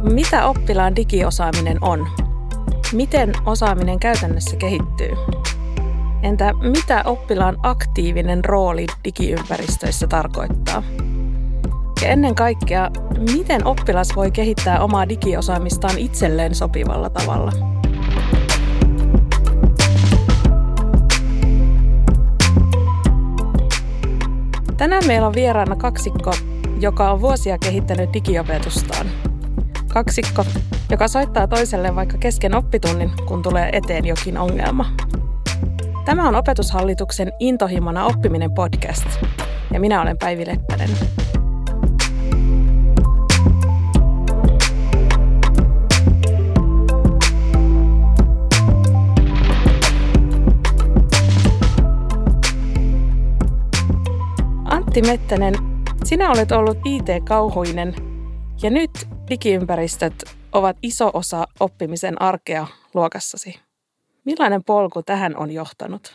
Mitä oppilaan digiosaaminen on? Miten osaaminen käytännössä kehittyy? Entä mitä oppilaan aktiivinen rooli digiympäristöissä tarkoittaa? Ja ennen kaikkea, miten oppilas voi kehittää omaa digiosaamistaan itselleen sopivalla tavalla? Tänään meillä on vieraana kaksikko, joka on vuosia kehittänyt digiopetustaan. Kaksikko, joka soittaa toiselle vaikka kesken oppitunnin, kun tulee eteen jokin ongelma. Tämä on Opetushallituksen Intohimona oppiminen podcast, ja minä olen Päivi Leppänen. Antti Mettänen, sinä olet ollut IT-kauhuinen ja nyt digiympäristöt ovat iso osa oppimisen arkea luokassasi. Millainen polku tähän on johtanut?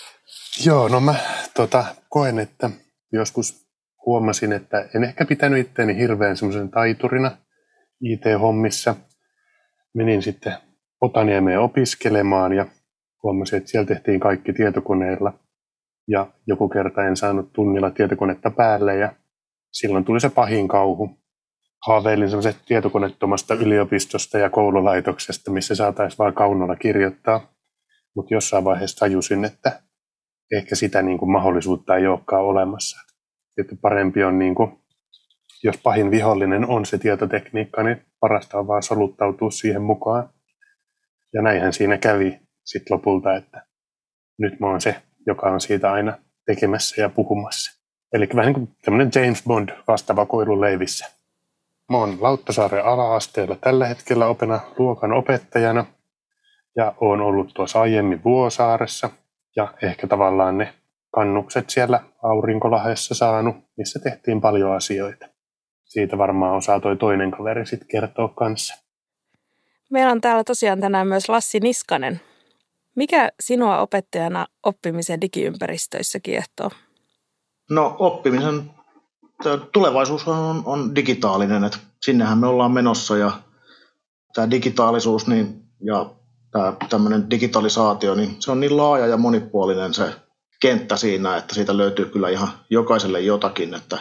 Joo, no mä koen, että joskus huomasin, että en ehkä pitänyt itseäni hirveän semmoisen taiturina IT-hommissa. Menin sitten Otaniemeen opiskelemaan ja huomasin, että siellä tehtiin kaikki tietokoneilla. Ja joku kerta en saanut tunnilla tietokonetta päälle ja silloin tuli se pahin kauhu. Haaveilin semmoisesta tietokonettomasta yliopistosta ja koululaitoksesta, missä saataisiin vaan kaunolla kirjoittaa. Mutta jossain vaiheessa tajusin, että ehkä sitä niin kuin mahdollisuutta ei olekaan olemassa. Että parempi on, niin kuin, jos pahin vihollinen on se tietotekniikka, niin parasta on vaan soluttautua siihen mukaan. Ja näinhän siinä kävi sitten lopulta, että nyt mä oon se, joka on siitä aina tekemässä ja puhumassa. Eli vähän niin kuin tämmöinen James Bond vastavakoilu leivissä. Mä oon Lauttasaaren ala-asteella tällä hetkellä luokan opettajana ja oon ollut tuossa aiemmin Vuosaaressa ja ehkä tavallaan ne kannukset siellä Aurinkolahdessa saanut, missä tehtiin paljon asioita. Siitä varmaan osaa toi toinen kaveri sitten kertoa kanssa. Meillä on täällä tosiaan tänään myös Lassi Niskanen. Mikä sinua opettajana oppimisen digiympäristöissä kiehtoo? No oppimisen tulevaisuus on digitaalinen, että sinnehän me ollaan menossa ja tämä digitaalisuus ja tämä tämmöinen digitalisaatio, niin se on niin laaja ja monipuolinen se kenttä siinä, että siitä löytyy kyllä ihan jokaiselle jotakin, että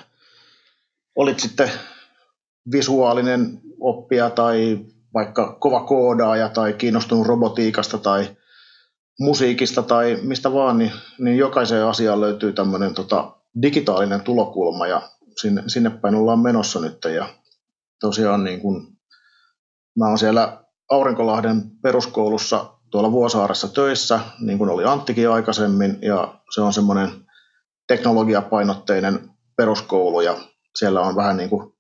olit sitten visuaalinen oppija tai vaikka kova koodaaja tai kiinnostunut robotiikasta tai musiikista tai mistä vaan, niin jokaiseen asiaan löytyy tämmöinen digitaalinen tulokulma ja sinne päin ollaan menossa nyt. Ja tosiaan niin kun, mä oon siellä Aurinkolahden peruskoulussa tuolla Vuosaaressa töissä, niin kuin oli Anttikin aikaisemmin, ja se on semmoinen teknologiapainotteinen peruskoulu, ja siellä on vähän niin kuin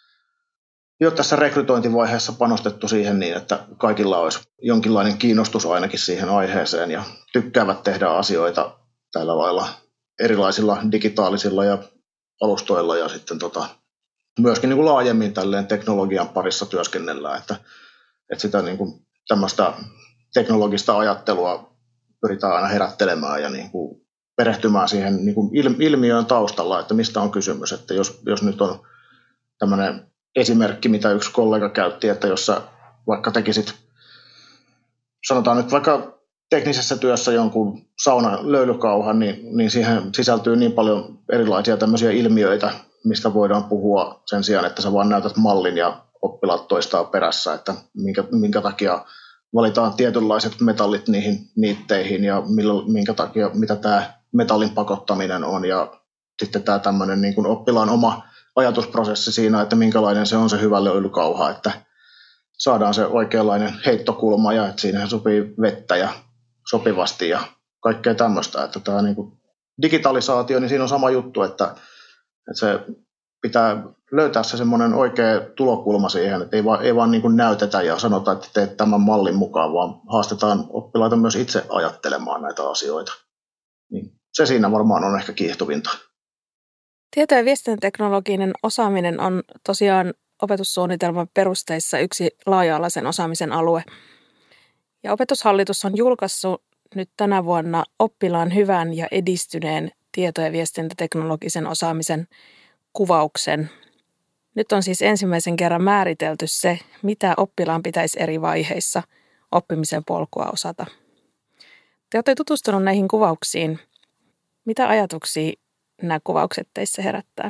jo tässä rekrytointivaiheessa panostettu siihen niin, että kaikilla olisi jonkinlainen kiinnostus ainakin siihen aiheeseen ja tykkäävät tehdä asioita tällä lailla erilaisilla digitaalisilla ja alustoilla ja sitten myöskin niin kuin laajemmin tälleen teknologian parissa työskennellään, että sitä niin kuin tämmöistä teknologista ajattelua pyritään aina herättelemään ja niin kuin perehtymään siihen niin kuin ilmiöön taustalla, että mistä on kysymys, että jos nyt on tämmöinen esimerkki, mitä yksi kollega käytti, että jos sä vaikka tekisit, sanotaan nyt vaikka teknisessä työssä jonkun saunan löylykauhan, niin siihen sisältyy niin paljon erilaisia tämmöisiä ilmiöitä, mistä voidaan puhua sen sijaan, että sä vaan näytät mallin ja oppilaat toistaa perässä, että minkä takia valitaan tietynlaiset metallit niihin niitteihin ja minkä takia, mitä tämä metallin pakottaminen on ja sitten tämä tämmöinen niin kuin oppilaan oma ajatusprosessi siinä, että minkälainen se on se hyvä löylykauha, että saadaan se oikeanlainen heittokulma ja että siihen sopii vettä ja sopivasti ja kaikkea tämmöistä. Että tämä niin kuin digitalisaatio, niin siinä on sama juttu, että se pitää löytää se semmoinen oikea tulokulma siihen, että ei vaan niin kuin näytetä ja sanota, että teet tämän mallin mukaan, vaan haastetaan oppilaita myös itse ajattelemaan näitä asioita. Niin se siinä varmaan on ehkä kiehtovinta. Tieto- ja viestintäteknologinen osaaminen on tosiaan opetussuunnitelman perusteissa yksi laaja-alaisen osaamisen alue. Ja Opetushallitus on julkaissut nyt tänä vuonna oppilaan hyvän ja edistyneen tieto- ja viestintäteknologisen osaamisen kuvauksen. Nyt on siis ensimmäisen kerran määritelty se, mitä oppilaan pitäisi eri vaiheissa oppimisen polkua osata. Te olette tutustunut näihin kuvauksiin. Mitä ajatuksia nämä kuvaukset teissä herättää?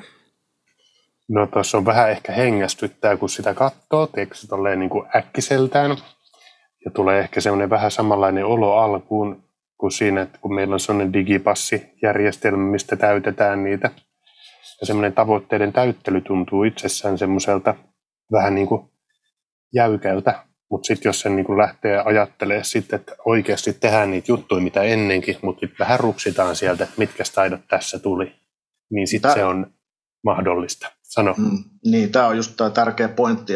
No tuossa on vähän ehkä hengästyttää, kun sitä katsoo, teksti tolleen niin kuin äkkiseltään. Ja tulee ehkä semmoinen vähän samanlainen olo alkuun kuin siinä, että kun meillä on semmoinen digipassijärjestelmä, mistä täytetään niitä. Ja semmoinen tavoitteiden täyttely tuntuu itsessään semmoiselta vähän niin kuin jäykältä. Mutta sitten jos sen niin kuin lähtee ajattelemaan sitten, että oikeasti tehdään niitä juttuja mitä ennenkin, mutta vähän rupsitaan sieltä, että mitkä taidot tässä tuli, niin sitten se on mahdollista. Sano. Niin, tämä on just tämä tärkeä pointti,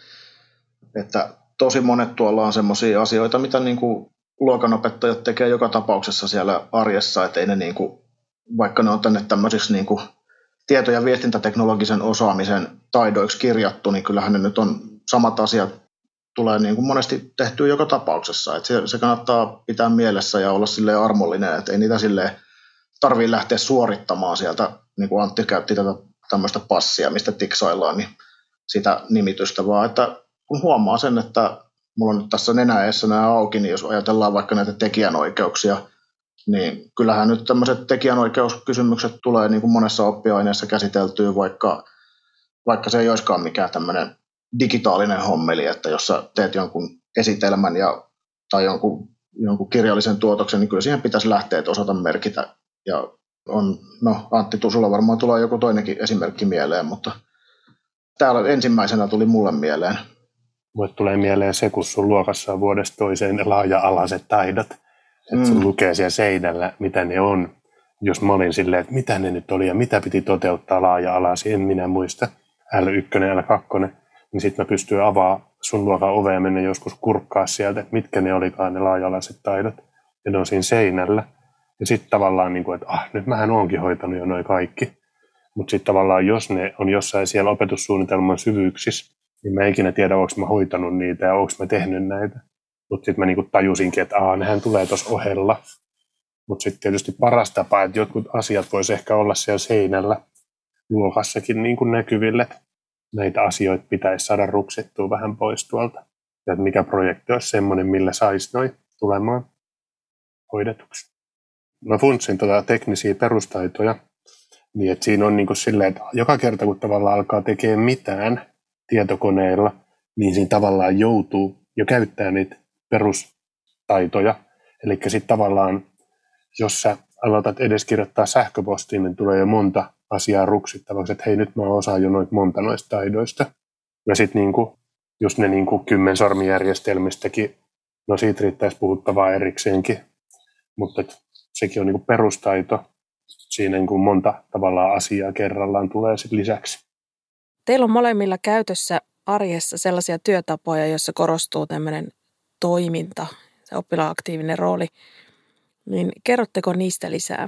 että tosi monet tuolla on semmoisia asioita, mitä niin kuin luokanopettajat tekee joka tapauksessa siellä arjessa, että ei ne niin kuin, vaikka ne on tänne tämmöisiksi niin kuin tieto- ja viestintäteknologisen osaamisen taidoiksi kirjattu, niin kyllähän ne nyt on samat asiat tulee niin kuin monesti tehtyä joka tapauksessa. Että se kannattaa pitää mielessä ja olla silleen armollinen, että ei niitä silleen tarvitse lähteä suorittamaan sieltä, niin kuin Antti käytti tätä tämmöistä passia, mistä tiksaillaan, niin sitä nimitystä, vaan että kun huomaa sen, että mulla on nyt tässä nenä eessä nämä auki, niin jos ajatellaan vaikka näitä tekijänoikeuksia, niin kyllähän nyt tämmöiset tekijänoikeuskysymykset tulee niin kuin monessa oppiaineessa käsiteltyä, vaikka se ei olisikaan mikään tämmöinen digitaalinen hommeli, että jos sä teet jonkun esitelmän tai jonkun kirjallisen tuotoksen, niin kyllä siihen pitäisi lähteä, että osata merkitä. Ja Antti, sulla varmaan tulee joku toinenkin esimerkki mieleen, mutta täällä ensimmäisenä tuli mulle mieleen. Mulle tulee mieleen se, kun sun luokassa on vuodesta toiseen laaja-alaiset taidot. Että sun lukee siellä seinällä, mitä ne on. Jos mä olin silleen, että mitä ne nyt oli ja mitä piti toteuttaa laaja-alaisia, en minä muista. L1, L2, niin sitten mä pystyin avaamaan sun luokan ovea ja mennä joskus kurkkaa sieltä, että mitkä ne olikaan ne laaja-alaiset taidot. Ja ne on siinä seinällä. Ja sitten tavallaan, niin kuin, että nyt mähän oonkin hoitanut jo noin kaikki. Mutta sitten tavallaan, jos ne on jossain siellä opetussuunnitelman syvyyksissä, niin mä ikinä tiedä, onko mä hoitanut niitä ja onko mä tehnyt näitä. Mutta sitten mä niinku tajusinkin, että nehän tulee tuossa ohella. Mutta sitten tietysti paras tapa, että jotkut asiat vois ehkä olla siellä seinällä luokassakin niinku näkyville. Näitä asioita pitäisi saada ruksittua vähän pois tuolta. Ja että mikä projekti olisi semmoinen, millä saisi noin tulemaan hoidetuksi. Mä funtsin teknisiä perustaitoja, niin että siinä on niinku silleen, että joka kerta kun tavallaan alkaa tekemään mitään tietokoneella, niin siinä tavallaan joutuu jo käyttää niitä perustaitoja. Eli sitten tavallaan, jos sä aloitat edes kirjoittaa sähköpostiin, niin tulee jo monta asiaa ruksittavaksi, että hei, nyt mä osaan jo monta noista taidoista. Ja sitten niinku, just ne niinku 10 sormijärjestelmistäkin, no siitä riittäisi puhuttavaa erikseenkin, mutta sekin on niinku perustaito. Siinä niinku monta tavallaan asiaa kerrallaan tulee sitten lisäksi. Teillä on molemmilla käytössä arjessa sellaisia työtapoja, joissa korostuu tämmöinen toiminta, se oppilaan aktiivinen rooli. Niin kerrotteko niistä lisää?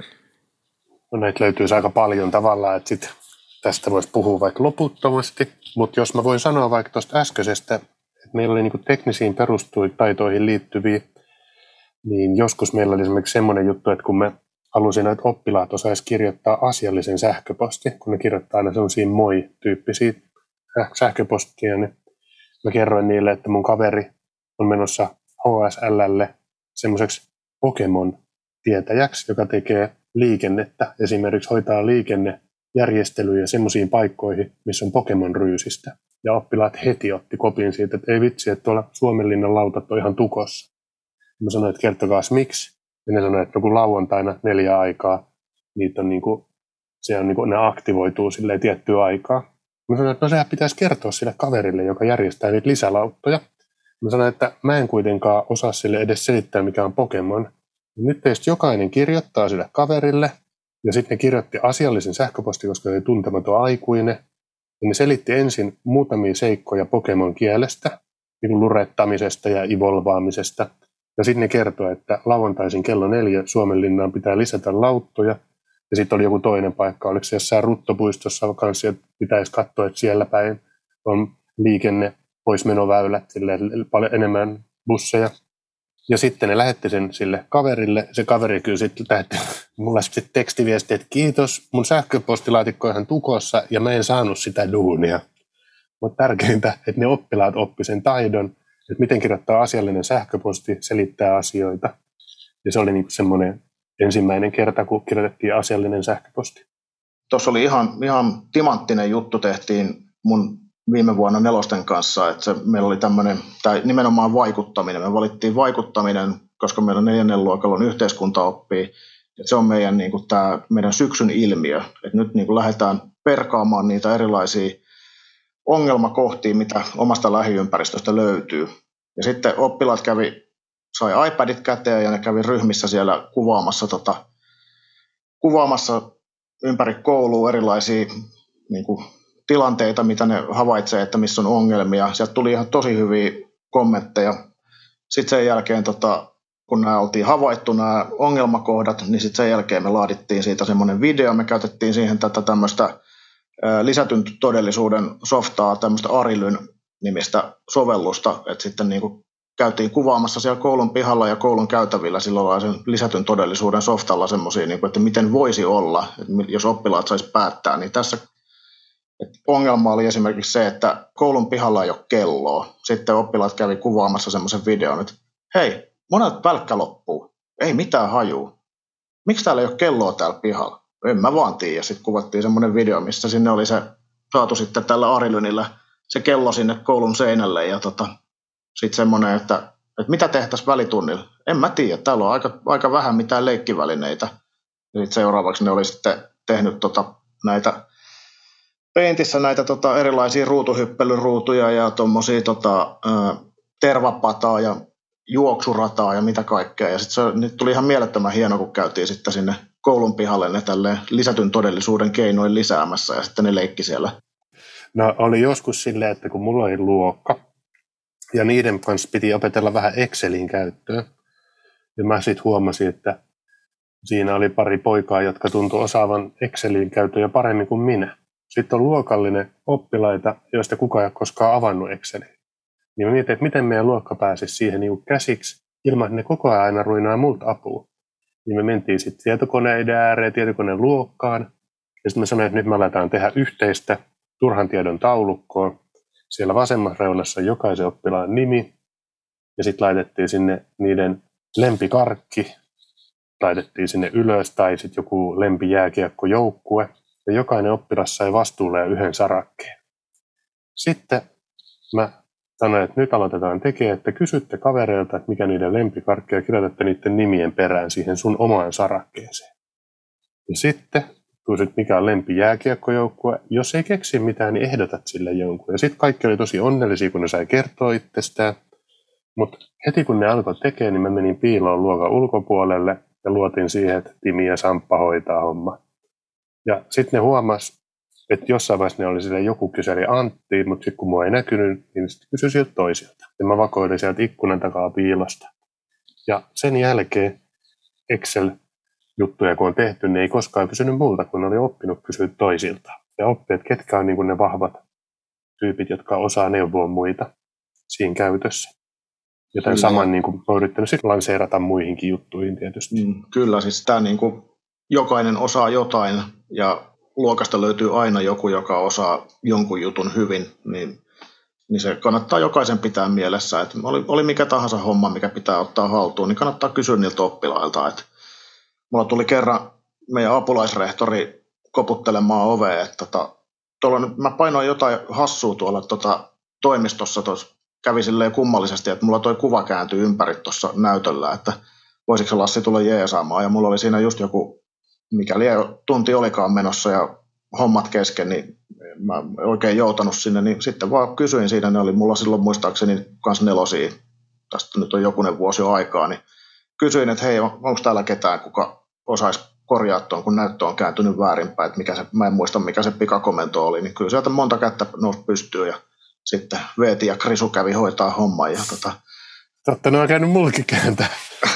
No näitä löytyy aika paljon tavallaan, että sit tästä voisi puhua vaikka loputtomasti. Mutta jos mä voin sanoa vaikka tuosta äskeisestä, että meillä oli niinku teknisiin perustaitoihin liittyviä, niin joskus meillä oli esimerkiksi semmoinen juttu, että kun me halusin, että oppilaat osaisi kirjoittaa asiallisen sähköposti, kun ne kirjoittaa aina sellaisia moi-tyyppisiä sähköpostia, niin mä kerroin niille, että mun kaveri on menossa HSL:lle semmoiseksi Pokemon-tietäjäksi, joka tekee liikennettä, esimerkiksi hoitaa liikennejärjestelyjä semmoisiin paikkoihin, missä on Pokemon-ryysistä. Ja oppilaat heti otti kopin siitä, että ei vitsi, että tuolla Suomenlinnan lautat on ihan tukossa. Mä sanoin, että kertokaas miksi. Ja ne sanoi, että kun lauantaina 4 aikaa, niitä on niinku, se on niinku, ne aktivoituu silleen tiettyä aikaa. Mä sanoin, että no sehän pitäisi kertoa sille kaverille, joka järjestää niitä lisälauttoja. Mä sanoin, että mä en kuitenkaan osaa sille edes selittää, mikä on Pokemon. Nyt teistä jokainen kirjoittaa sille kaverille, ja sitten ne kirjoitti asiallisen sähköpostin, koska se oli tuntematon aikuinen. Ja ne selitti ensin muutamia seikkoja Pokemon kielestä, niin kuin lurettamisesta ja evolvaamisesta. Ja sitten ne kertoi, että lauantaisin kello 4 Suomenlinnaan pitää lisätä lauttoja. Ja sitten oli joku toinen paikka, oliko se jossain Ruttopuistossa kanssa, että pitäisi katsoa, että siellä päin on liikenne, poismenoväylät, paljon enemmän busseja. Ja sitten ne lähetti sen sille kaverille. Se kaveri kyllä sitten lähetti mulle sitten tekstiviesti, että kiitos, mun sähköpostilaatikko on ihan tukossa ja mä en saanut sitä duunia. mutta tärkeintä, että ne oppilaat oppi sen taidon, että miten kirjoittaa asiallinen sähköposti, selittää asioita. Ja se oli niin semmoinen ensimmäinen kerta, kun kirjoitettiin asiallinen sähköposti. Tuossa oli ihan timanttinen juttu tehtiin mun viime vuonna nelosten kanssa, että meillä oli tämmöinen, tai nimenomaan vaikuttaminen. Me valittiin vaikuttaminen, koska meillä 4. luokalla on yhteiskuntaoppia. Että se on meidän, niin kuin tämä meidän syksyn ilmiö. Että nyt niin kuin lähdetään perkaamaan niitä erilaisia ongelmakohtia, mitä omasta lähiympäristöstä löytyy. Ja sitten oppilaat sai iPadit käteen ja ne kävi ryhmissä siellä kuvaamassa ympäri koulua erilaisia niin kuin tilanteita, mitä ne havaitsee, että missä on ongelmia. Sieltä tuli ihan tosi hyviä kommentteja. Sitten sen jälkeen, kun nämä oltiin havaittu nämä ongelmakohdat, niin sitten sen jälkeen me laadittiin siitä semmoinen video. Me käytettiin siihen tätä tämmöistä lisätyn todellisuuden softaa, tämmöistä Arilyn nimistä sovellusta, että sitten niin kuin käytiin kuvaamassa siellä koulun pihalla ja koulun käytävillä silloin sen lisätyn todellisuuden softalla semmoisia, niin kuin, että miten voisi olla, että jos oppilaat saisi päättää, niin tässä ongelma oli esimerkiksi se, että koulun pihalla ei ole kelloa. Sitten oppilaat kävi kuvaamassa semmoisen videon, että hei, monelta välkkä loppuu, ei mitään hajuu. Miksi täällä ei ole kelloa täällä pihalla? En mä vaan tiedä. Sitten kuvattiin semmoinen video, missä sinne oli se saatu sitten tällä Arilynillä se kello sinne koulun seinälle ja sitten semmoinen, että mitä tehtäisiin välitunnilla? En mä tiedä, täällä on aika vähän mitään leikkivälineitä. Ja sitten seuraavaksi ne oli sitten tehnyt näitä Paintissa näitä erilaisia ruutuhyppelyruutuja ja tuommoisia tervapataa ja juoksurataa ja mitä kaikkea. Ja sitten nyt tuli ihan mielettömän hieno, kun käytiin sitten sinne koulun pihalle ne tälleen lisätyn todellisuuden keinoin lisäämässä ja sitten ne leikki siellä. No oli joskus silleen, että kun mulla oli luokka ja niiden kanssa piti opetella vähän Excelin käyttöä. Ja mä sitten huomasin, että siinä oli pari poikaa, jotka tuntui osaavan Excelin käyttöä jo paremmin kuin minä. Sitten on luokallinen oppilaita, joista kukaan ei ole koskaan avannut Exceliä. Niin mä mietin, että miten meidän luokka pääsisi siihen niin käsiksi, ilman että ne koko ajan aina ruinaa multa apua. Niin me mentiin sitten tietokoneiden ääreen, tietokoneen luokkaan. Ja sitten mä sanoin, että nyt me aletaan tehdä yhteistä turhan tiedon taulukkoa. Siellä vasemmassa reunassa on jokaisen oppilaan nimi. Ja sitten laitettiin sinne niiden lempikarkki. Laitettiin sinne ylös tai sitten joku lempijääkiekkojoukkue. Ja jokainen oppilas sai vastuulleen yhden sarakkeen. Sitten mä sanoin, että nyt aloitetaan tekemään, että kysytte kavereilta, että mikä niiden lempikarkki ja kirjoitatte niiden nimien perään siihen sun omaan sarakkeeseen. Ja sitten kysyt, mikä on lempijääkiekkojoukkue. Jos ei keksi mitään, niin ehdotat sille jonkun. Ja sitten kaikki oli tosi onnellisia, kun ne sai kertoa itsestään. Mutta heti kun ne alkoi tekemään, niin mä menin piiloon luokan ulkopuolelle ja luotin siihen, että Timi ja Samppa hoitaa homma. Ja sitten ne huomasi, että jossain vaiheessa ne oli sille, joku kyseli Anttiin, mutta sitten kun mua ei näkynyt, niin sitten kysyi sieltä toisilta. Ja mä vakoilin sieltä ikkunan takaa piilosta. Ja sen jälkeen Excel-juttuja kun on tehty, niin ei koskaan kysynyt multa, kun ne oli oppinut kysyä toisilta. Ja oppi, että ketkä on niin kuin ne vahvat tyypit, jotka osaa neuvoa muita siinä käytössä. Joten saman niin kuin olen yrittänyt sitten lanseerata muihinkin juttuihin tietysti. Kyllä, siis tämä niin kuin jokainen osaa jotain ja luokasta löytyy aina joku, joka osaa jonkun jutun hyvin, niin se kannattaa jokaisen pitää mielessä. Että oli mikä tahansa homma, mikä pitää ottaa haltuun, niin kannattaa kysyä niiltä oppilailta. Että mulla tuli kerran meidän apulaisrehtori koputtelemaan oveen, että mä painoin jotain hassua tuolla toimistossa, kävi silleen kummallisesti, että mulla toi kuva kääntyi ympäri tuossa näytöllä, että voisiko se Lassi tulla jeesaamaan, ja mulla oli siinä just joku, mikäli tunti olikaan menossa ja hommat kesken, niin mä oikein joutanut sinne, niin sitten vaan kysyin siinä, ne oli mulla silloin muistaakseni kans 4, tästä nyt on jokunen vuosi jo aikaa, niin kysyin, että hei, onko täällä ketään, kuka osaisi korjaa tuon, kun näyttö on kääntynyt väärinpäin, että mä en muista, mikä se pikakomento oli, niin kyllä sieltä monta kättä nousi pystyyn, ja sitten Veeti ja Krisu kävi hoitaa homman. Ja Totta, ne on käynyt mullakin kääntää.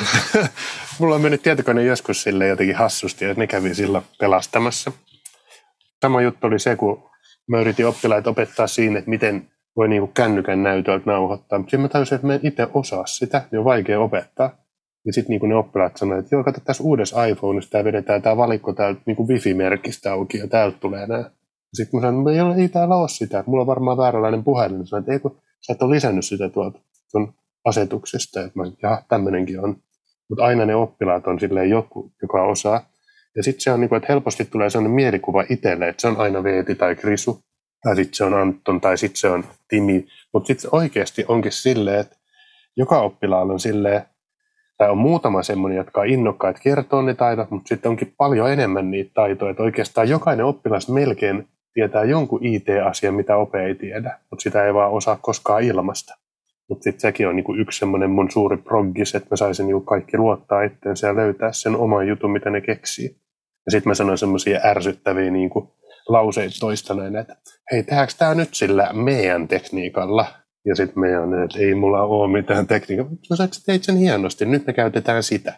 Mulla on mennyt tietokone joskus sille jotenkin hassusti, että ne kävi silloin pelastamassa. Sama juttu oli se, kun mä yritin oppilaita opettaa siinä, että miten voi niinku kännykän näytöltä nauhoittaa. Mutta sitten mä tajusin, että mä en itse osaa sitä, niin on vaikea opettaa. Ja sitten niinku ne oppilaat sanoivat, että joo, kato tässä uudessa iPhoneissa, tää vedetään tää valikko täältä niinku wifi-merkistä auki ja täältä tulee nämä Sitten mä sanoin, että ei täällä ole sitä, että mulla on varmaan vääränlainen puhelin. Sanoin, että ei kun sä et ole lisännyt sitä tuon asetuksesta, että tämmöinenkin on. Mutta aina ne oppilaat on silleen joku, joka osaa. Ja sitten se on niin kuin, että helposti tulee sellainen mielikuva itselle, että se on aina Veeti tai Krisu, tai sitten se on Anton, tai sitten se on Timi. Mutta sitten oikeasti onkin silleen, että joka oppilaalla on silleen, tai on muutama semmoinen, jotka on innokkaita kertoo ne taidot, mutta sitten onkin paljon enemmän niitä taitoja, että oikeastaan jokainen oppilas melkein tietää jonkun IT-asian, mitä ope ei tiedä, mutta sitä ei vaan osaa koskaan ilmasta. Mutta sitten sekin on niinku yksi semmoinen mun suuri proggis, että mä saisin niinku kaikki luottaa itseensä ja löytää sen oman jutun, mitä ne keksii. Ja sitten mä sanoin semmoisia ärsyttäviä niinku lauseita toistaneen, että hei, tehdäänkö tämä nyt sillä meidän tekniikalla? Ja sitten meidän, että ei mulla ole mitään tekniikkaa. Sä teit sen hienosti, nyt me käytetään sitä.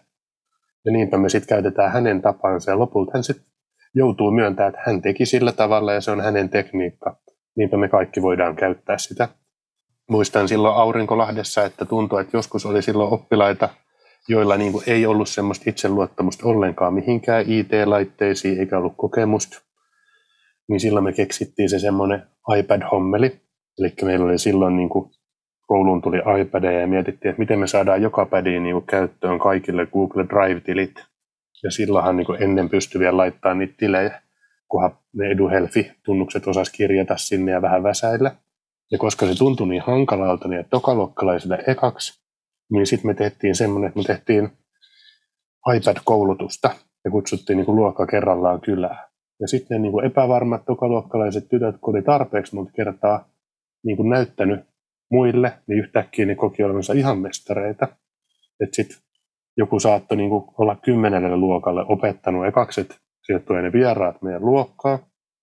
Ja niinpä me sitten käytetään hänen tapansa ja lopulta hän sitten joutuu myöntämään, että hän teki sillä tavalla ja se on hänen tekniikka. Niinpä me kaikki voidaan käyttää sitä. Muistan silloin Aurinkolahdessa, että tuntui, että joskus oli silloin oppilaita, joilla niin kuin ei ollut semmoista itseluottamusta ollenkaan mihinkään IT-laitteisiin eikä ollut kokemusta. Niin silloin me keksittiin se semmoinen iPad-hommeli. Eli meillä oli silloin, niin kuin kouluun tuli iPadeja ja mietittiin, että miten me saadaan joka pädiin niin kuin käyttöön kaikille Google Drive-tilit. Ja silloinhan niin kuin ennen pystyi vielä laittamaan niitä tilejä, kunhan ne EduHelfi-tunnukset osasi kirjata sinne ja vähän väsäillä. Ja koska se tuntui niin hankalalta niin tokaluokkalaisille ekaksi, niin sitten me tehtiin semmoinen, että me tehtiin iPad-koulutusta ja kutsuttiin niin kuin luokka kerrallaan kylään. Ja sitten ne niin kuin epävarmat tokaluokkalaiset tytöt, kun oli tarpeeksi monta kertaa niin kuin näyttänyt muille, niin yhtäkkiä ne koki olevansa ihan mestareita. Että sitten joku saattoi niin kuin olla 10 luokalle opettanut ekaksi, että sieltä tulee ne vieraat meidän luokkaan.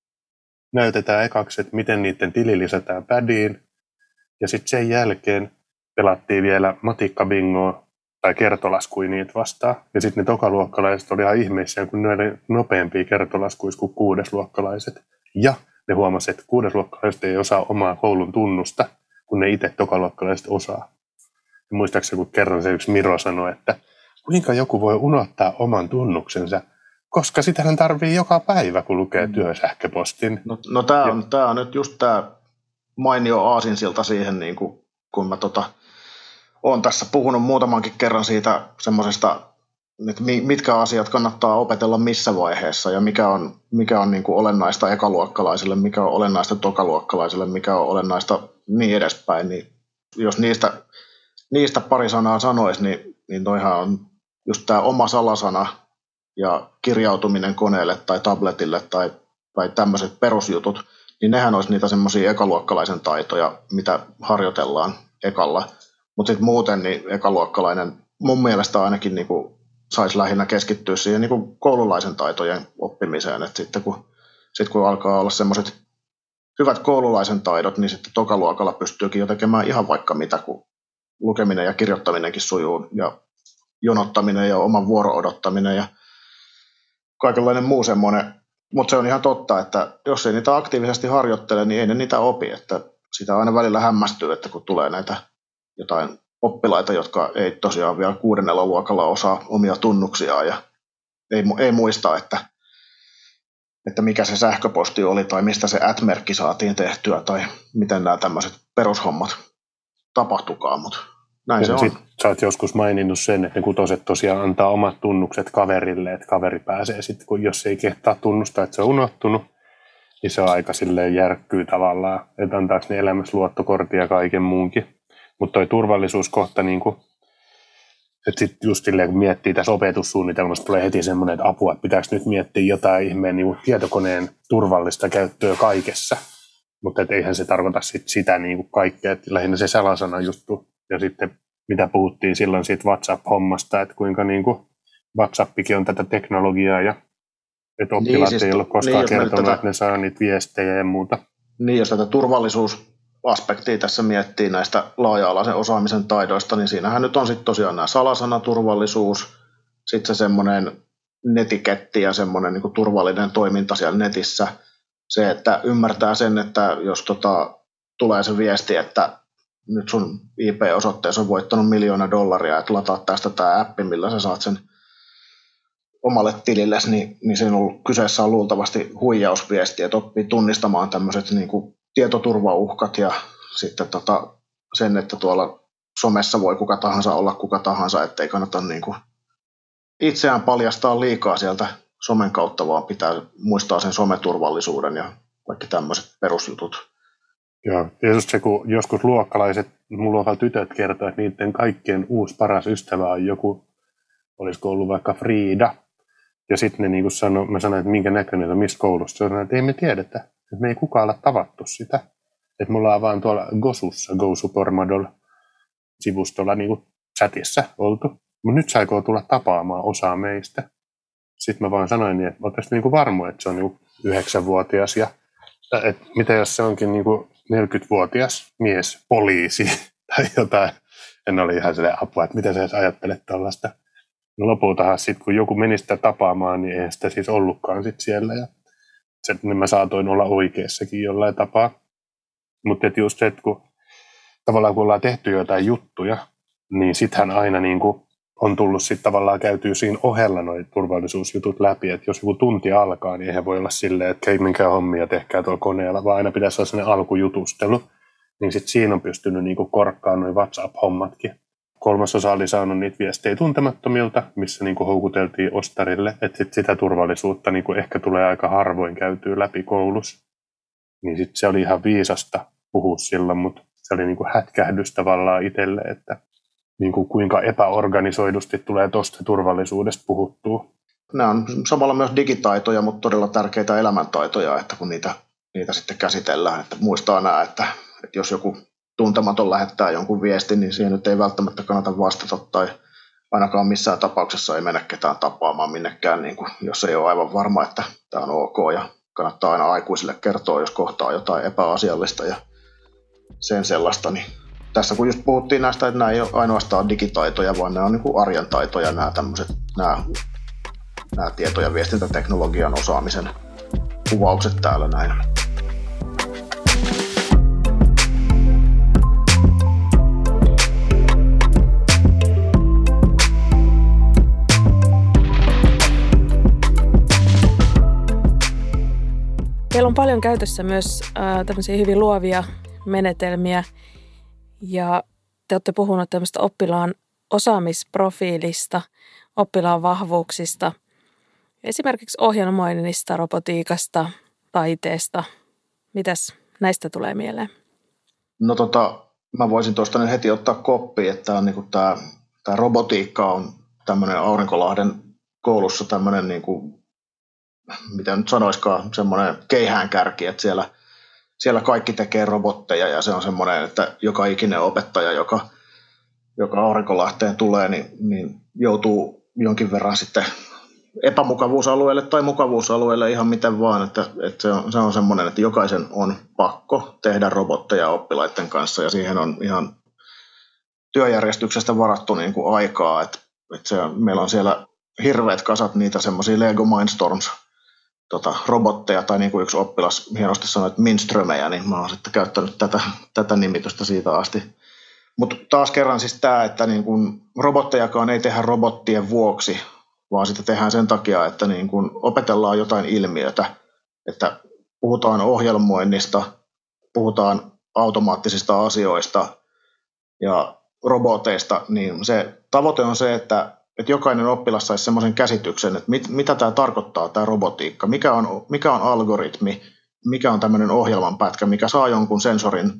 Näytetään ekaksi, että miten niiden tili lisätään pädiin. Ja sitten sen jälkeen pelattiin vielä matikkabingoa tai kertolaskuja niitä vastaan. Ja sitten ne tokaluokkalaiset oli ihan ihmeissään, kun ne oli nopeampia kertolaskuissa kuin 6-luokkalaiset. Ja ne huomasivat, että 6-luokkalaiset ei osaa omaa koulun tunnusta, kun ne itse tokaluokkalaiset osaa. Ja muistaakseni, kun kerran se yksi Miro sanoi, että kuinka joku voi unohtaa oman tunnuksensa, koska sitähän tarvii joka päivä, kun lukee työsähköpostin. No tämä on nyt just tämä mainio aasinsilta siihen, niin kun mä olen tässä puhunut muutamankin kerran siitä semmoisesta, että mitkä asiat kannattaa opetella missä vaiheessa ja mikä on niin kuin olennaista ekaluokkalaisille, mikä on olennaista tokaluokkalaisille, mikä on olennaista niin edespäin. Niin jos niistä pari sanaa sanoisi, niin toihan on just tämä oma salasana ja kirjautuminen koneelle tai tabletille tai tämmöiset perusjutut, niin nehän olisi niitä semmoisia ekaluokkalaisen taitoja, mitä harjoitellaan ekalla. Mutta sitten muuten niin ekaluokkalainen mun mielestä ainakin niinku saisi lähinnä keskittyä siihen niinku koululaisen taitojen oppimiseen. Et sitten kun alkaa olla semmoiset hyvät koululaisen taidot, niin sitten tokaluokalla pystyykin jo tekemään ihan vaikka mitä, kun lukeminen ja kirjoittaminenkin sujuu ja jonottaminen ja oman vuoro odottaminen ja kaikenlainen muu semmoinen. Mutta se on ihan totta, että jos ei niitä aktiivisesti harjoittele, niin ei ne niitä opi. Että sitä aina välillä hämmästyy, että kun tulee näitä jotain oppilaita, jotka ei tosiaan vielä 6. luokalla osaa omia tunnuksiaan ja ei muista, että mikä se sähköposti oli tai mistä se @merkki saatiin tehtyä tai miten nämä tämmöiset perushommat tapahtukaan, mutta näin se on. Sitten sä oot joskus maininnut sen, että ne kutoset tosiaan antaa omat tunnukset kaverille, että kaveri pääsee sitten, kun jos ei kehtaa tunnustaa, että se on unohtunut, niin se on aika silleen järkkyy tavallaan, että antaako ne elämässä luottokortin ja kaiken muunkin. Mutta toi turvallisuuskohta, niin että sitten just silleen, kun miettii tässä opetussuunnitelmassa, tulee heti semmoinen, että apua, että pitääkö nyt miettiä jotain ihmeen niin tietokoneen turvallista käyttöä kaikessa. Mutta eihän se tarkoita sitä niin kuin kaikkea, että lähinnä se salasana juttu. Ja sitten mitä puhuttiin silloin siitä WhatsApp-hommasta, että kuinka niin kuin WhatsAppikin on tätä teknologiaa ja että oppilaat ei ole koskaan kertonut, että ne saa niitä viestejä ja muuta. Niin, jos tätä turvallisuusaspektia tässä miettii näistä laaja-alaisen osaamisen taidoista, niin siinähän nyt on sitten tosiaan nämä salasanaturvallisuus, sitten se semmoinen netiketti ja semmoinen niin kuin turvallinen toiminta siellä netissä. Se, että ymmärtää sen, että jos tulee se viesti, että nyt sun IP-osoitteessa on voittanut $1 000 000, että lataa tästä tämä appi, millä sä saat sen omalle tilille, niin sen kyseessä on luultavasti huijausviesti, että oppii tunnistamaan tämmöiset niin kuin tietoturvauhkat ja sitten sen, että tuolla somessa voi kuka tahansa olla kuka tahansa, ettei kannata niin kuin itseään paljastaa liikaa sieltä somen kautta, vaan pitää muistaa sen someturvallisuuden ja kaikki tämmöiset perusjutut. Joo, ja just se, kun joskus mun luokalla tytöt kertoo, että niiden kaikkien uusi paras ystävä on joku, olisiko ollut vaikka Frida, ja sitten ne niin mä sanoin, että minkä näköinen on, missä koulussa. Sanoin, että ei me tiedetä, että me ei kukaan olla tavattu sitä. Että mulla on vaan tuolla Gosussa, Go Supermodel-sivustolla niin kuin chatissa oltu. Mutta nyt saiko tulla tapaamaan osaa meistä. Sitten mä vaan sanoin niin, että oltaisiin niin kuin varmoja, että se on niin 9-vuotias. Ja että mitä jos se onkin niin kuin 40-vuotias mies, poliisi tai jotain. En oli ihan silleen apua, että mitä sä edes ajattelet tällaista. No lopultahan sitten, kun joku meni sitä tapaamaan, niin eihän sitä siis ollutkaan sit siellä. Ja niin mä saatoin olla oikeassakin jollain tapaa. Mutta just se, että kun tavallaan kun ollaan tehty jotain juttuja, niin sittenhän aina niin kuin on tullut sitten tavallaan käytyy siinä ohella noi turvallisuusjutut läpi. Että jos joku tunti alkaa, niin eihän voi olla silleen, että ei minkään hommia tehkää tuolla koneella, vaan aina pitäisi olla sellainen alkujutustelu. Niin sitten siinä on pystynyt niin kuin korkkaamaan noi WhatsApp-hommatkin. 3. oli saanut niitä viestejä tuntemattomilta, missä niin kuin houkuteltiin ostarille, että sitä turvallisuutta niin kuin ehkä tulee aika harvoin käytyä läpi koulussa. Niin sitten se oli ihan viisasta puhua silloin, mutta se oli niin kuin hätkähdys tavallaan itselle, että niin kuin kuinka epäorganisoidusti tulee tuosta turvallisuudesta puhuttua. Nämä on samalla myös digitaitoja, mutta todella tärkeitä elämäntaitoja, että kun niitä sitten käsitellään, että muistaa nämä, että jos joku tuntematon lähettää jonkun viestin, niin siihen nyt ei välttämättä kannata vastata tai ainakaan missään tapauksessa ei mennä ketään tapaamaan minnekään, niin kuin, jos ei ole aivan varma, että tämä on ok ja kannattaa aina aikuisille kertoa, jos kohtaa jotain epäasiallista ja sen sellaista. Niin tässä kun just puhuttiin näistä, että nämä ei ole ainoastaan digitaitoja, vaan nämä on niin kuin arjen taitoja, nämä tieto- ja viestintäteknologian osaamisen kuvaukset täällä näin. Teillä on paljon käytössä myös tämmöisiä hyvin luovia menetelmiä ja te olette puhuneet tämmöistä oppilaan osaamisprofiilista, oppilaan vahvuuksista, esimerkiksi ohjelmoinnista, robotiikasta, taiteesta. Mitäs näistä tulee mieleen? No mä voisin tuosta nyt heti ottaa koppiin, että niinku tämä robotiikka on tämmöinen Aurinkolahden koulussa tämmöinen niinku, mitä nyt sanoiskaan, semmoinen keihäänkärki, että siellä kaikki tekee robotteja ja se on semmoinen, että joka ikinen opettaja, joka Aurinkolahteen tulee, niin joutuu jonkin verran sitten epämukavuusalueelle tai mukavuusalueelle ihan miten vaan, että se on semmoinen, että jokaisen on pakko tehdä robotteja oppilaiden kanssa ja siihen on ihan työjärjestyksestä varattu niin kuin aikaa, että meillä on siellä hirveät kasat niitä semmoisia Lego Mindstorms robotteja, tai niin kuin yksi oppilas hienosti sanoi, että minströmejä, niin mä oon sitten käyttänyt tätä nimitystä siitä asti. Mutta taas kerran siis tämä, että niin kun robottejakaan ei tehdä robottien vuoksi, vaan sitä tehdään sen takia, että niin kun opetellaan jotain ilmiötä, että puhutaan ohjelmoinnista, puhutaan automaattisista asioista ja roboteista, niin se tavoite on se, että jokainen oppilas saisi semmoisen käsityksen, että mitä tämä tarkoittaa, tämä robotiikka, mikä on algoritmi, mikä on tämmöinen ohjelmanpätkä, mikä saa jonkun sensorin,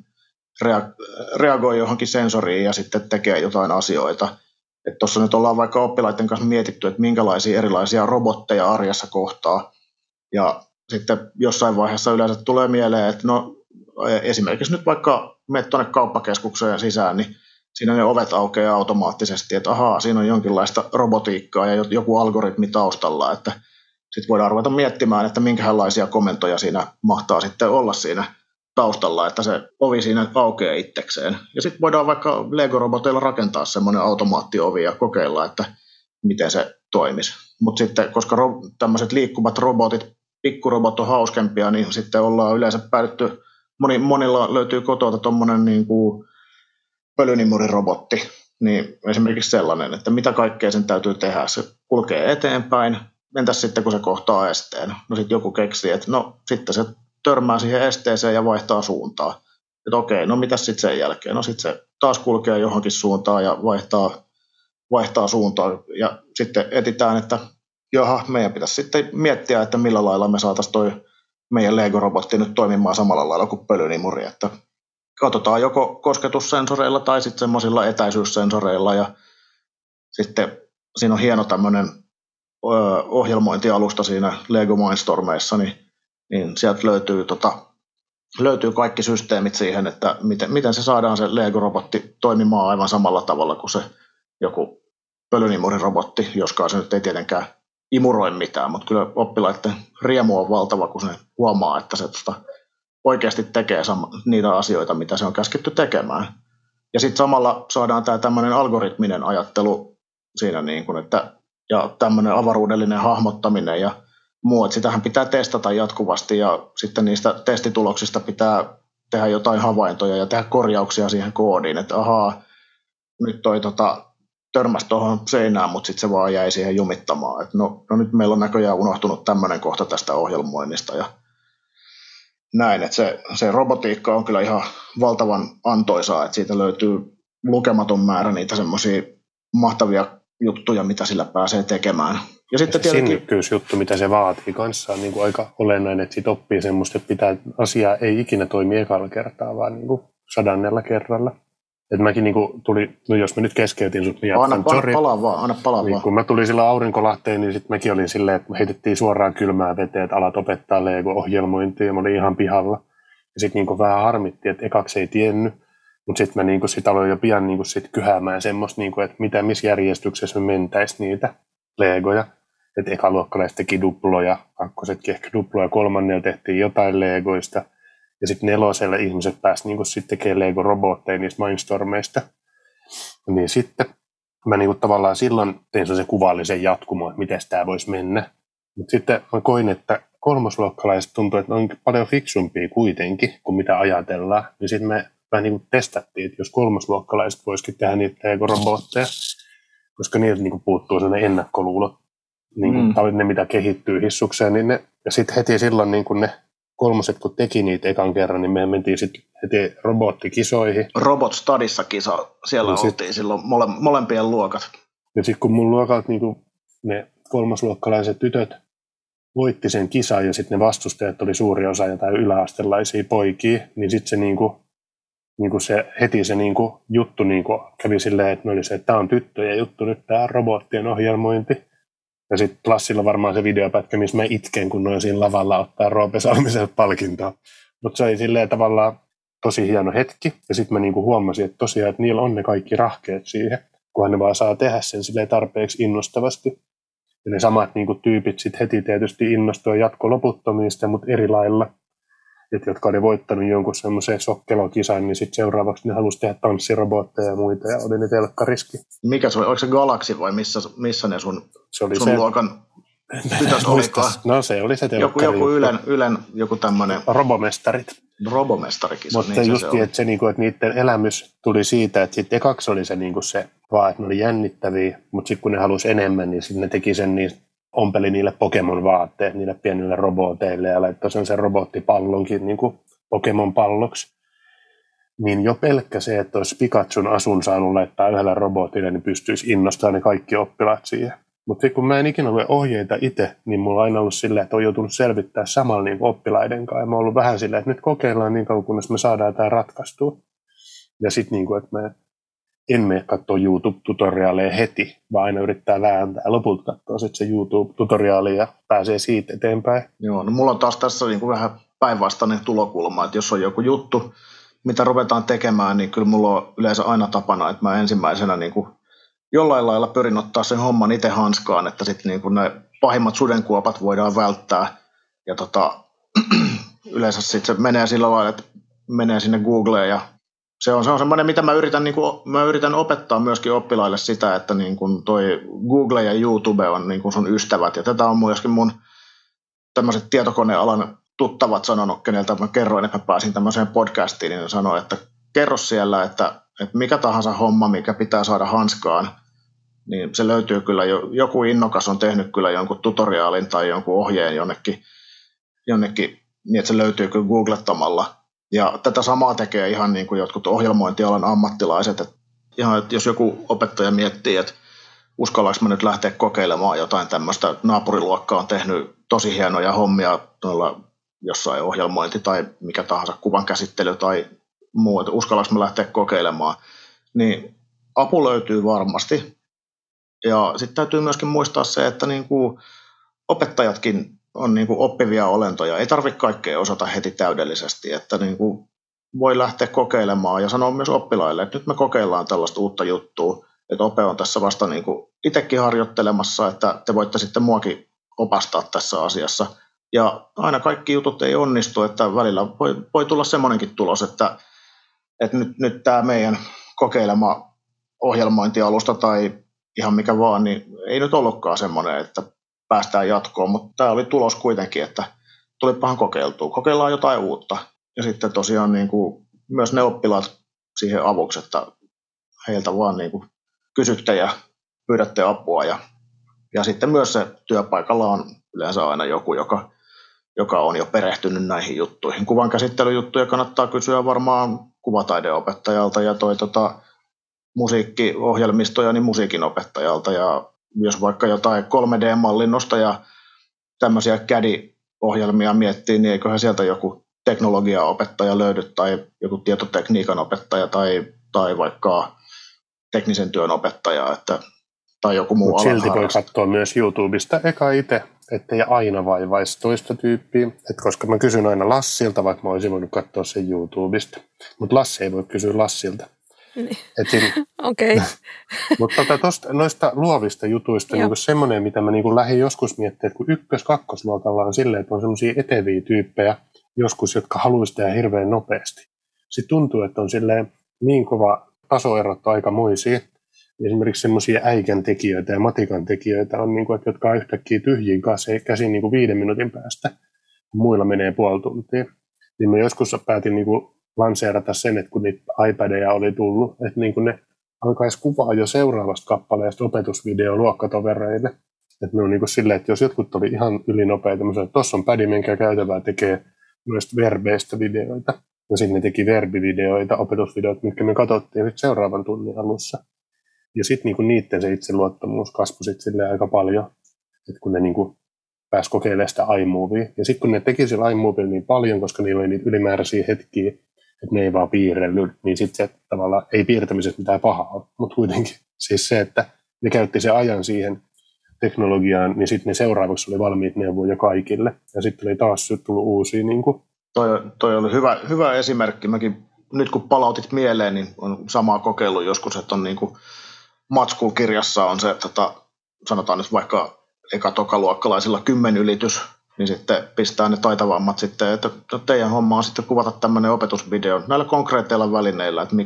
reagoi johonkin sensoriin ja sitten tekee jotain asioita. Tuossa nyt ollaan vaikka oppilaiden kanssa mietitty, että minkälaisia erilaisia robotteja arjessa kohtaa. Ja sitten jossain vaiheessa yleensä tulee mieleen, että no esimerkiksi nyt vaikka menet tuonne kauppakeskukseen sisään, niin siinä ne ovet aukeaa automaattisesti, että ahaa, siinä on jonkinlaista robotiikkaa ja joku algoritmi taustalla, että sitten voidaan ruveta miettimään, että minkälaisia komentoja siinä mahtaa sitten olla siinä taustalla, että se ovi siinä aukeaa itsekseen. Ja sitten voidaan vaikka Lego-roboteilla rakentaa semmoinen automaattiovi ja kokeilla, että miten se toimisi. Mutta sitten, koska tämmöiset liikkuvat robotit, pikkurobot on hauskempia, niin sitten ollaan yleensä monilla löytyy kotota tuommoinen niin kuin pölynimurirobotti, Niin esimerkiksi sellainen, että mitä kaikkea sen täytyy tehdä. Se kulkee eteenpäin, entäs sitten kun se kohtaa esteen? No sitten joku keksii, että no sitten se törmää siihen esteeseen ja vaihtaa suuntaa. Että okei, no mitäs sitten sen jälkeen? No sitten se taas kulkee johonkin suuntaan ja vaihtaa suuntaa. Ja sitten etsitään, että jaha, meidän pitäisi sitten miettiä, että millä lailla me saataisiin toi meidän Lego-robotti nyt toimimaan samalla lailla kuin pölynimuri. Että katsotaan joko kosketussensoreilla tai sitten semmoisilla etäisyyssensoreilla. Ja sitten siinä on hieno tämmöinen ohjelmointialusta siinä Lego Mindstormeissa, niin sieltä löytyy kaikki systeemit siihen, että miten se saadaan se Lego-robotti toimimaan aivan samalla tavalla kuin se joku pölynimurirobotti, joskaan se nyt ei tietenkään imuroi mitään, mutta kyllä oppilaiden riemu on valtava, kun se huomaa, että se oikeasti tekee niitä asioita, mitä se on käsketty tekemään. Ja sitten samalla saadaan tämä tämmöinen algoritminen ajattelu siinä, niin kuin, ja tämmöinen avaruudellinen hahmottaminen ja muu, että sitähän pitää testata jatkuvasti ja sitten niistä testituloksista pitää tehdä jotain havaintoja ja tehdä korjauksia siihen koodiin, että ahaa, nyt toi törmäsi tuohon seinään, mutta sitten se vaan jäi siihen jumittamaan. Et no nyt meillä on näköjään unohtunut tämmöinen kohta tästä ohjelmoinnista ja näin, että se robotiikka on kyllä ihan valtavan antoisaa, että siitä löytyy lukematon määrä niitä semmoisia mahtavia juttuja, mitä sillä pääsee tekemään. Ja sitten se sinnikkyysjuttu, mitä se vaatii kanssa, on niin kuin aika olennainen, että siitä oppii semmoista, että asiaa ei ikinä toimi ekalla kertaa, vaan niin kuin 100 kerralla. Että mäkin niin kuin jos mä nyt keskeytin sut, niin anna palaa vaan. Niin, kun mä tulin sillä aurinkolahteen, niin sitten mäkin olin silleen, että heitettiin suoraan kylmää veteen, että alat opettaa Lego-ohjelmointia, ja mä olin ihan pihalla. Ja sitten niin vähän harmitti, että ekaksi ei tiennyt, mutta sitten mä niin sit aloin jo pian niin sit kyhäämään semmoista, niin että missä järjestyksessä me mentäisiin niitä Legoja. Että ekaluokkalaiset teki duploja, kakkosetkin ehkä duploja, kolmannella tehtiin jotain Legoista. Ja sitten nelosella ihmiset pääsivät niin sitten tekemään Lego-robotteja niistä Mindstormeista. Niin sitten mä niin tavallaan silloin tein sellaisen kuvallisen jatkumo, että miten tämä voisi mennä. Mutta sitten mä koin, että kolmosluokkalaiset tuntuu, että ne on paljon fiksumpia kuitenkin kuin mitä ajatellaan. Niin sitten me vähän niin testattiin, että jos kolmosluokkalaiset voisikin tehdä niitä Lego-robotteja, koska niiltä niin puuttuu sellainen ennakkoluulo. Niin ne, mitä kehittyy hissukseen, niin ja sitten heti silloin niin ne kolmoset, kun teki niitä ekan kerran, niin me mentiin sitten heti robottikisoihin. Robot Studissa kisa, siellä niin oltiin silloin molempien luokat. Ja sitten kun mun luokalta niin ne kolmosluokkalaiset tytöt voitti sen kisan ja sitten ne vastustajat oli suuri osa jotain yläastelaisia poikia, niin sitten se, heti se juttu kävi silleen, että oli se, että tämä on tyttöjen juttu, nyt tämä on robottien ohjelmointi. Ja sitten Lassilla varmaan se videopätkä, missä mä itken, kun noin siinä lavalla ottaa Roope Salmiselle palkintoa. Mutta se oli silleen tavallaan tosi hieno hetki. Ja sitten mä huomasin, että tosiaan, että niillä on ne kaikki rahkeet siihen, kunhan ne vaan saa tehdä sen silleen tarpeeksi innostavasti. Ja ne samat tyypit sitten heti tietysti innostui jatkoloputtomista, mutta eri lailla. Että jotka oli voittanut jonkun semmoisen sokkelokisan, niin sitten seuraavaksi ne halusi tehdä tanssirobotteja ja muita, ja oli ne telkkariski. Mikä se oli? Oliko se Galaxy vai missä ne sun luokan tytöt olikaan? No se oli se telkkari. Joku Ylen joku tämmöinen... Robomestarikisa. Mutta niin just että niiden elämys tuli siitä, että sitten ekaksi oli se, se vaan, että ne oli jännittäviä, mutta sitten kun ne halusi enemmän, niin sitten ne teki sen niin ompeli niille Pokemon-vaatteet, niille pienille roboteille ja laittoi sen robottipallonkin Pokemon-palloksi. Niin jo pelkkä se, että olisi Pikachun asun saanut laittaa yhdellä robotille, niin pystyisi innostamaan ne kaikki oppilaat siihen. Mutta kun mä en ikinä lue ohjeita itse, niin mulla on aina ollut silleen, että on joutunut selvittää samalla oppilaiden kanssa. Ja mä oon ollut vähän silleen, että nyt kokeillaan niin kauan, kunnes me saadaan tämä ratkaistua. Ja sitten että me en mene katsoa YouTube-tutoriaaleja heti, vaan aina yrittää vääntää ja lopulta katsoa sitten se YouTube-tutoriaali ja pääsee siitä eteenpäin. Joo, no mulla on taas tässä vähän päinvastainen tulokulma, että jos on joku juttu, mitä ruvetaan tekemään, niin kyllä mulla on yleensä aina tapana, että mä ensimmäisenä jollain lailla pyrin ottaa sen homman itse hanskaan, että sitten ne pahimmat sudenkuopat voidaan välttää. Ja yleensä sitten se menee sillä lailla, että menee sinne Googleen ja se on semmoinen, mitä mä yritän opettaa myöskin oppilaille sitä, että toi Google ja YouTube on sun ystävät. Ja tätä on myöskin mun tämmöiset tietokonealan tuttavat sanonut, keneltä mä kerroin, että mä pääsin tämmöiseen podcastiin, niin ne sanoi, että kerro siellä, että että mikä tahansa homma, mikä pitää saada hanskaan, niin se löytyy kyllä, joku innokas on tehnyt kyllä jonkun tutoriaalin tai jonkun ohjeen jonnekin niin, että se löytyy kyllä googlettamalla. Ja tätä samaa tekee ihan niin kuin jotkut ohjelmointialan ammattilaiset. Että ihan, että jos joku opettaja miettii, että uskallanko mä nyt lähteä kokeilemaan jotain tämmöistä, naapuriluokka on tehnyt tosi hienoja hommia tuolla jossain ohjelmointi tai mikä tahansa kuvan käsittely tai muu, että uskallanko mä lähteä kokeilemaan, niin apu löytyy varmasti. Ja sitten täytyy myöskin muistaa se, että niin kuin opettajatkin on niin kuin oppivia olentoja. Ei tarvitse kaikkea osata heti täydellisesti, että niin kuin voi lähteä kokeilemaan ja sanoa myös oppilaille, että nyt me kokeillaan tällaista uutta juttua, että Ope on tässä vasta niin kuin itsekin harjoittelemassa, että te voitte sitten muakin opastaa tässä asiassa. Ja aina kaikki jutut ei onnistu, että välillä voi tulla semmoinenkin tulos, että nyt tämä meidän kokeilema ohjelmointialusta tai ihan mikä vaan, niin ei nyt ollutkaan semmoinen, että päästään jatkoon, mutta tämä oli tulos kuitenkin, että tulipahan kokeiltua. Kokeillaan jotain uutta. Ja sitten tosiaan niin kuin myös ne oppilaat siihen avuksi, että heiltä vaan niin kuin kysytte ja pyydätte apua. Ja sitten myös se työpaikalla on yleensä aina joku, joka on jo perehtynyt näihin juttuihin. Kuvan käsittelyjuttuja kannattaa kysyä varmaan kuvataideopettajalta ja musiikkiohjelmistoja, niin musiikinopettajalta. Ja jos vaikka jotain 3D-mallinnosta ja tämmöisiä CAD-ohjelmia miettii, niin eiköhän sieltä joku teknologiaopettaja löydy tai joku tietotekniikan opettaja tai vaikka teknisen työn opettaja tai joku muu alan silti voi katsoa myös YouTubesta eka itse, ettei aina vaivaisi toista tyyppiä. Et koska mä kysyn aina Lassilta, vaikka mä olisin voinut katsoa sen YouTubesta. Mutta Lassi ei voi kysyä Lassilta. Niin. Okei. Mutta noista luovista jutuista niin semmoinen, mitä mä niin lähdin joskus miettimään, että kun ykkös-kakkosluokalla on silleen, että on semmoisia eteviä tyyppejä joskus, jotka haluaisi tehdä hirveän nopeasti. Sitten tuntuu, että on silleen niin kova tasoerot aikamoisia. Esimerkiksi semmoisia äikän tekijöitä ja matikan tekijöitä on, niin kuin, että jotka on yhtäkkiä tyhjiin käsin niin kuin 5 minuutin päästä, kun muilla menee puoli tuntia. Niin mä joskus päätin niin kuin lanseerata sen, että kun niitä iPadeja oli tullut, että niin kuin ne alkaisi kuvaa jo seuraavasta kappaleesta opetusvideo luokkatovereille. Että ne on niin kuin silleen, että jos jotkut oli ihan ylinopeita, mä sanoin, että tuossa on pädi, minkä käytävää tekee noista verbeistä videoita. Ja sitten ne teki verbivideoita, opetusvideoita, mitkä me katsottiin nyt seuraavan tunnin alussa. Ja sitten niinku niiden se itseluottamus kasvoi sitten aika paljon, että kun ne niinku pääsi kokeilemaan sitä iMovia. Ja sitten kun ne teki sillä iMovilla niin paljon, koska niillä oli niitä ylimääräisiä hetkiä, että ne ei vaan piirrellyt, niin sitten se tavallaan ei piirtämisessä mitään pahaa ole. Mutta kuitenkin siis se, että ne käytti sen ajan siihen teknologiaan, niin sitten ne seuraavaksi oli valmiit neuvoja kaikille. Ja sitten oli taas tullut uusia. Niinku. Toi oli hyvä esimerkki. Mäkin nyt kun palautit mieleen, niin on samaa kokeilu joskus, että on niinku matskukirjassa on se, sanotaan nyt vaikka eka-tokaluokkalaisilla 10 ylitys, niin sitten pistää ne taitavammat sitten, että teidän homma on sitten kuvata tämmöinen opetusvideo näillä konkreetteilla välineillä, että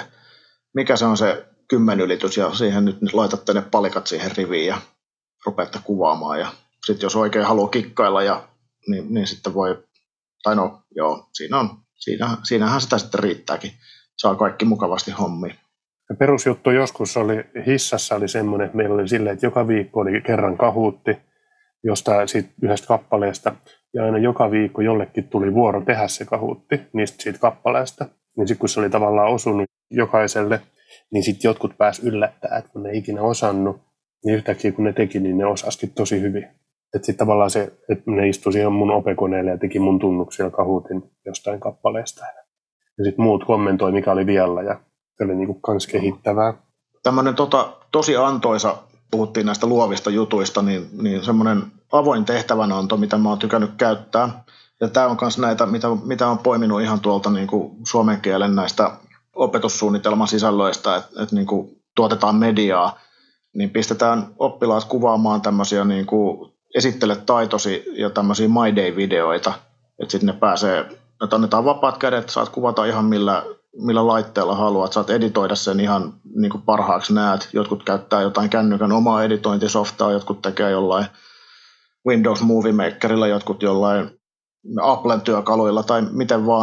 mikä se on se 10 ylitys, ja siihen nyt laitatte ne palikat siihen riviin ja rupeatte kuvaamaan, ja sitten jos oikein haluaa kikkailla, niin sitten voi, tai no joo, siinähän sitä sitten riittääkin, saa kaikki mukavasti hommia. Ja perusjuttu joskus oli, hissassa oli semmoinen, että meillä oli silleen, että joka viikko oli kerran kahuutti jostain siitä yhdestä kappaleesta, ja aina joka viikko jollekin tuli vuoro tehdä se kahuutti siitä kappaleesta. Niin sitten kun se oli tavallaan osunut jokaiselle, niin sitten jotkut pääsi yllättämään, että kun ne ei ikinä osannut, niin yhtäkkiä kun ne teki, niin ne osasikin tosi hyvin. Että sitten tavallaan se, että ne istui siihen mun opekoneelle ja teki mun tunnuksilla kahuutin jostain kappaleesta. Ja sitten muut kommentoi, mikä oli vialla, ja se oli niinku kans kehittävää. Tämmöinen tosi antoisa, puhuttiin näistä luovista jutuista, niin semmoinen avoin tehtävänanto, mitä mä oon tykännyt käyttää. Ja tämä on myös näitä, mitä on poiminut ihan tuolta niinku suomen kielen näistä opetussuunnitelman sisällöistä, että niinku tuotetaan mediaa, niin pistetään oppilaat kuvaamaan tämmöisiä niinku esittele taitosi ja tämmöisiä My Day-videoita, että sitten ne pääsee, että annetaan vapaat kädet, saat kuvata ihan millä laitteella haluat, saat editoida sen ihan niin kuin parhaaksi näet. Jotkut käyttää jotain kännykän omaa editointisoftaa, jotkut tekee jollain Windows Movie Makerilla, jotkut jollain Applen työkaluilla tai miten vaan.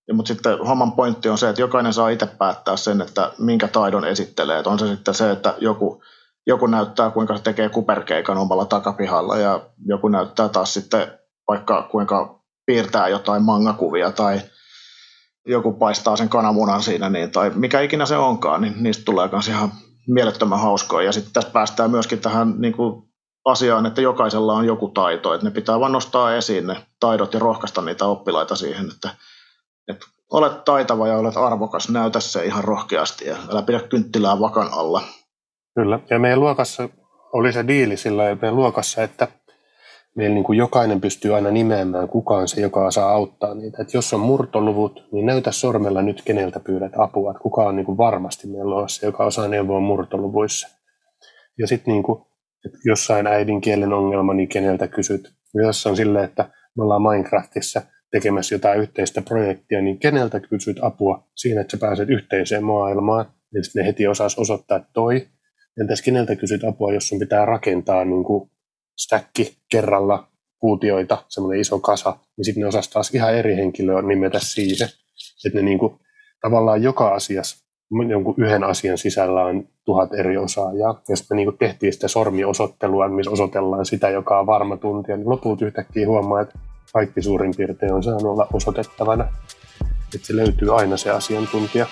Mutta sitten homman pointti on se, että jokainen saa itse päättää sen, että minkä taidon esittelee. Et on se sitten se, että joku näyttää, kuinka se tekee kuperkeikan omalla takapihalla, ja joku näyttää taas sitten vaikka kuinka piirtää jotain mangakuvia, tai joku paistaa sen kananmunan siinä, niin, tai mikä ikinä se onkaan, niin niistä tulee myös ihan mielettömän hauskoa. Ja sitten tässä päästään myöskin tähän niin kuin asiaan, että jokaisella on joku taito, että ne pitää vaan nostaa esiin ne taidot ja rohkaista niitä oppilaita siihen, että olet taitava ja olet arvokas, näytä se ihan rohkeasti ja älä pidä kynttilää vakan alla. Kyllä, ja meidän luokassa oli se diili sillä meidän luokassa, että meillä niin kuin jokainen pystyy aina nimeämään, kuka on se, joka saa auttaa niitä. Että jos on murtoluvut, niin näytä sormella nyt, keneltä pyydät apua. Että kuka on niin kuin varmasti meillä luokassa, joka osaa neuvoa murtoluvuissa. Ja sitten niin kuin, että jossain äidinkielen ongelma, niin keneltä kysyt. Jos on silleen, että me ollaan Minecraftissa tekemässä jotain yhteistä projektia, niin keneltä kysyt apua siinä, että sä pääset yhteiseen maailmaan. Ja sitten ne heti osaisi osoittaa, että toi. Entäs keneltä kysyt apua, jos sun pitää rakentaa niin kuin stäkki kerralla kuutioita, semmoinen iso kasa, niin sitten ne osasi taas ihan eri henkilöä nimetä siihen. Että ne niinku, tavallaan joka asiassa, jonkun yhden asian sisällä on 1000 eri osaajaa. Ja sitten me niinku tehtiin sitä sormiosoittelua, missä osoitellaan sitä, joka on varma tuntija. Niin lopulta yhtäkkiä huomaa, että kaikki suurin piirtein on saanut olla osoitettavana. Että se löytyy aina se asiantuntija.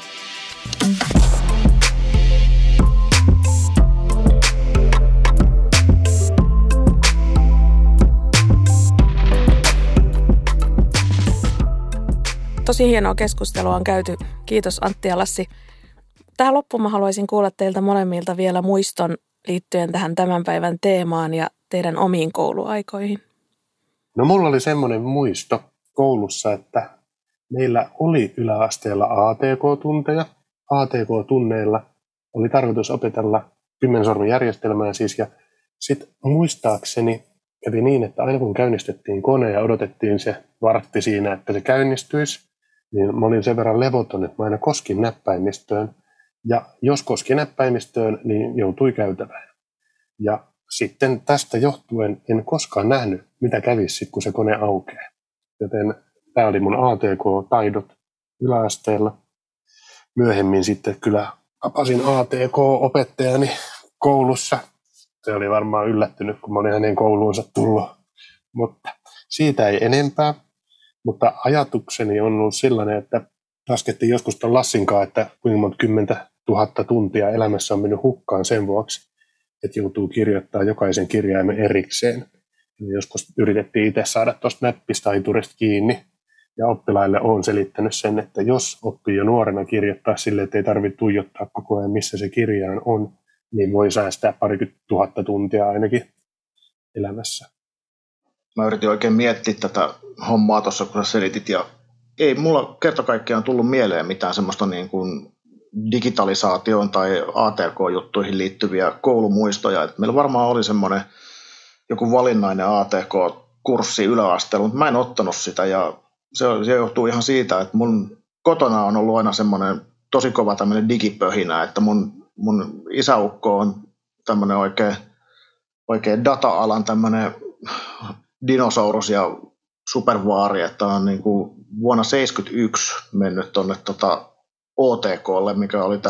Tosi hienoa keskustelua on käyty. Kiitos Antti ja Lassi. Tähän loppuun mä haluaisin kuulla teiltä molemmilta vielä muiston liittyen tähän tämän päivän teemaan ja teidän omiin kouluaikoihin. No mulla oli semmoinen muisto koulussa, että meillä oli yläasteella ATK-tunteja. ATK-tunneilla oli tarkoitus opetella kymmensormijärjestelmää siis. Ja sitten muistaakseni kävi niin, että aina kun käynnistettiin kone ja odotettiin se vartti siinä, että se käynnistyisi, niin mä olin sen verran levoton, että mä aina koskin näppäimistöön. Ja jos koski näppäimistöön, niin joutui käytävään. Ja sitten tästä johtuen en koskaan nähnyt, mitä kävisi, kun se kone aukeaa. Joten tämä oli mun ATK-taidot yläasteella. Myöhemmin sitten kyllä tapasin ATK-opettajani koulussa. Se oli varmaan yllättynyt, kun mä olin hänen kouluunsa tullut. Mutta siitä ei enempää. Mutta ajatukseni on ollut sellainen, että laskettiin joskus tuon Lassin kanssa, että kuinka monta 10 000 tuntia elämässä on mennyt hukkaan sen vuoksi, että joutuu kirjoittamaan jokaisen kirjaimen erikseen. Joskus yritettiin itse saada tuosta näppistaiturista kiinni, ja oppilaille olen selittänyt sen, että jos oppii jo nuorena kirjoittaa silleen, että ei tarvitse tuijottaa koko ajan, missä se kirjain on, niin voi säästää 20 000 tuntia ainakin elämässä. Mä yritin oikein miettiä tätä hommaa tuossa, kun sä selitit, ja ei mulla kerta kaikkiaan tullut mieleen mitään semmoista niin kuin digitalisaatioon tai ATK-juttuihin liittyviä koulumuistoja. Et meillä varmaan oli semmoinen joku valinnainen ATK-kurssi yläasteella, mutta mä en ottanut sitä, ja se johtuu ihan siitä, että mun kotona on ollut aina semmoinen tosi kova tämmöinen digipöhinä, että mun isäukko on tämmöinen oikein data-alan tämmöinen dinosaurus ja supervaari, että on niin kuin vuonna 1971 mennyt tuonne OTKlle, mikä oli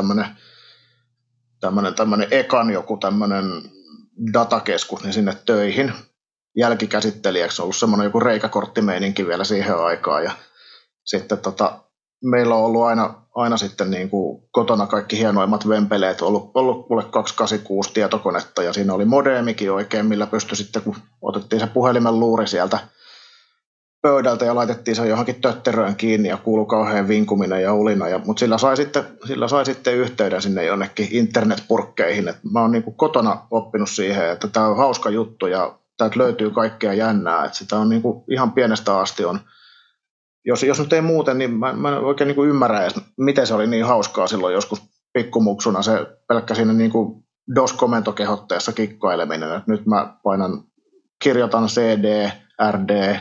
tämmöinen ekan joku tämmöinen datakeskus, niin sinne töihin jälkikäsittelijäksi. On ollut semmoinen joku reikäkorttimeininki vielä siihen aikaan, ja sitten meillä on ollut aina sitten niin kuin kotona kaikki hienoimmat vempeleet, ollut mulle 286 tietokonetta, ja siinä oli modeemikin oikein, millä pystyi sitten, kun otettiin se puhelimen luuri sieltä pöydältä ja laitettiin se johonkin tötteröön kiinni ja kuului kauhean vinkuminen ja ulina, mutta sillä sai sitten yhteyden sinne jonnekin internetpurkkeihin. Et mä oon niin kuin kotona oppinut siihen, että tämä on hauska juttu ja täältä löytyy kaikkea jännää, että sitä on niin kuin ihan pienestä asti on. Jos nyt ei muuten, niin mä en oikein niin kuin ymmärrä edes, miten se oli niin hauskaa silloin joskus pikkumuksuna, se pelkkä siinä niin kuin DOS-komentokehotteessa kikkaileminen, että nyt mä kirjoitan CD, RD,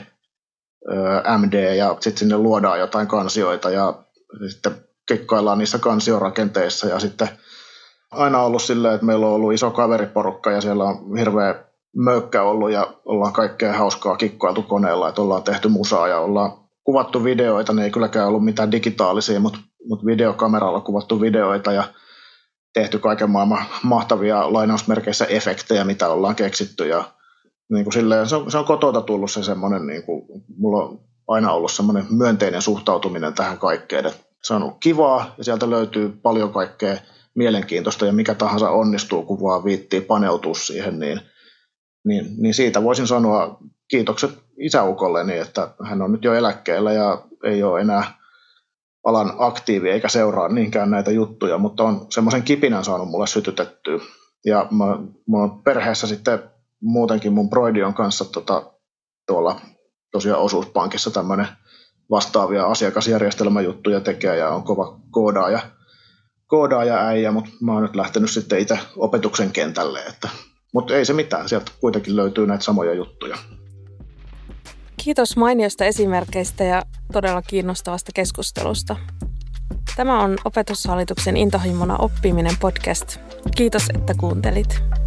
MD ja sitten sinne luodaan jotain kansioita ja sitten kikkaillaan niissä kansiorakenteissa, ja sitten aina ollut silleen, että meillä on ollut iso kaveriporukka ja siellä on hirveä möykkä ollut ja ollaan kaikkea hauskaa kikkailtu koneella, että ollaan tehty musaa ja ollaan kuvattu videoita, ne ei kylläkään ollut mitään digitaalisia, mutta videokameralla kuvattu videoita ja tehty kaiken maailman mahtavia lainausmerkeissä efektejä, mitä ollaan keksitty. Ja niin kuin silleen, se on kotota tullut se semmoinen, niin kuin, mulla on aina ollut semmoinen myönteinen suhtautuminen tähän kaikkeen. Että se on ollut kivaa ja sieltä löytyy paljon kaikkea mielenkiintoista ja mikä tahansa onnistuu, kun vaan viittii paneutua siihen, niin siitä voisin sanoa kiitokset isäukolleni, että hän on nyt jo eläkkeellä ja ei ole enää alan aktiivi eikä seuraa niinkään näitä juttuja, mutta on semmoisen kipinän saanut mulle sytytettyä. Ja mulla on perheessä sitten muutenkin mun broidion kanssa tuolla tosiaan osuuspankissa tämmöinen vastaavia asiakasjärjestelmäjuttuja tekee ja on kova koodaaja äijä, mutta mä oon nyt lähtenyt sitten itse opetuksen kentälle, mutta ei se mitään, sieltä kuitenkin löytyy näitä samoja juttuja. Kiitos mainiosta esimerkkeistä ja todella kiinnostavasta keskustelusta. Tämä on Opetushallituksen Intohimona oppiminen podcast. Kiitos, että kuuntelit.